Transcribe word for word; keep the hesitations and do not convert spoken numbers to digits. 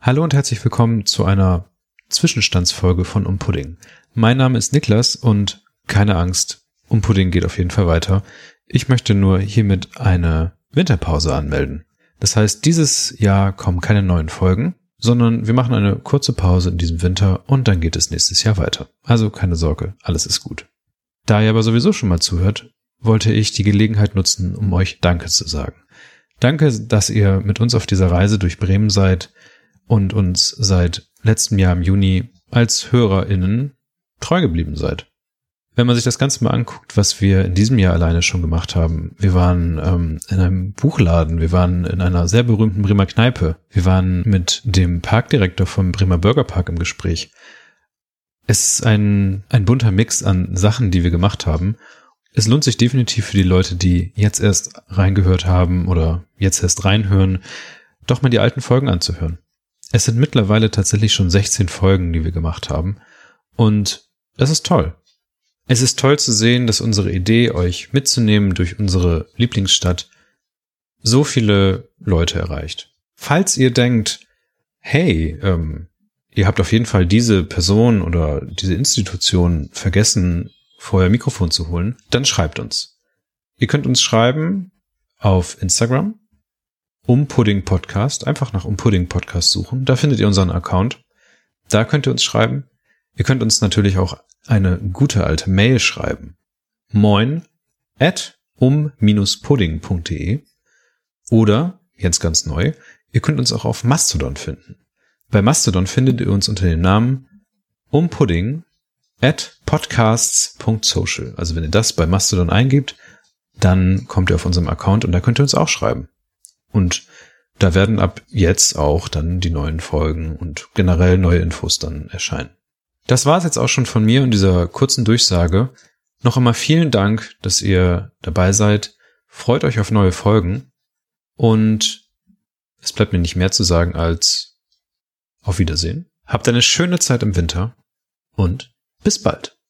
Hallo und herzlich willkommen zu einer Zwischenstandsfolge von Umpudding. Mein Name ist Niklas und keine Angst, Umpudding geht auf jeden Fall weiter. Ich möchte nur hiermit eine Winterpause anmelden. Das heißt, dieses Jahr kommen keine neuen Folgen, sondern wir machen eine kurze Pause in diesem Winter und dann geht es nächstes Jahr weiter. Also keine Sorge, alles ist gut. Da ihr aber sowieso schon mal zuhört, wollte ich die Gelegenheit nutzen, um euch Danke zu sagen. Danke, dass ihr mit uns auf dieser Reise durch Bremen seid und uns seit letztem Jahr im Juni als HörerInnen treu geblieben seid. Wenn man sich das Ganze mal anguckt, was wir in diesem Jahr alleine schon gemacht haben. Wir waren ähm, in einem Buchladen, wir waren in einer sehr berühmten Bremer Kneipe, wir waren mit dem Parkdirektor vom Bremer Burgerpark im Gespräch. Es ist ein, ein bunter Mix an Sachen, die wir gemacht haben. Es lohnt sich definitiv für die Leute, die jetzt erst reingehört haben oder jetzt erst reinhören, doch mal die alten Folgen anzuhören. Es sind mittlerweile tatsächlich schon sechzehn Folgen, die wir gemacht haben. Und das ist toll. Es ist toll zu sehen, dass unsere Idee, euch mitzunehmen durch unsere Lieblingsstadt, so viele Leute erreicht. Falls ihr denkt, hey, ähm, ihr habt auf jeden Fall diese Person oder diese Institution vergessen, vorher Mikrofon zu holen, dann schreibt uns. Ihr könnt uns schreiben auf Instagram, Umpudding Podcast, einfach nach Umpudding Podcast suchen. Da findet ihr unseren Account. Da könnt ihr uns schreiben. Ihr könnt uns natürlich auch eine gute alte Mail schreiben. moin at um pudding punkt de oder, jetzt ganz neu, ihr könnt uns auch auf Mastodon finden. Bei Mastodon findet ihr uns unter dem Namen umpudding at podcasts punkt social. Also wenn ihr das bei Mastodon eingebt, dann kommt ihr auf unserem Account und da könnt ihr uns auch schreiben. Und da werden ab jetzt auch dann die neuen Folgen und generell neue Infos dann erscheinen. Das war es jetzt auch schon von mir und dieser kurzen Durchsage. Noch einmal vielen Dank, dass ihr dabei seid. Freut euch auf neue Folgen. Und es bleibt mir nicht mehr zu sagen als auf Wiedersehen. Habt eine schöne Zeit im Winter und bis bald.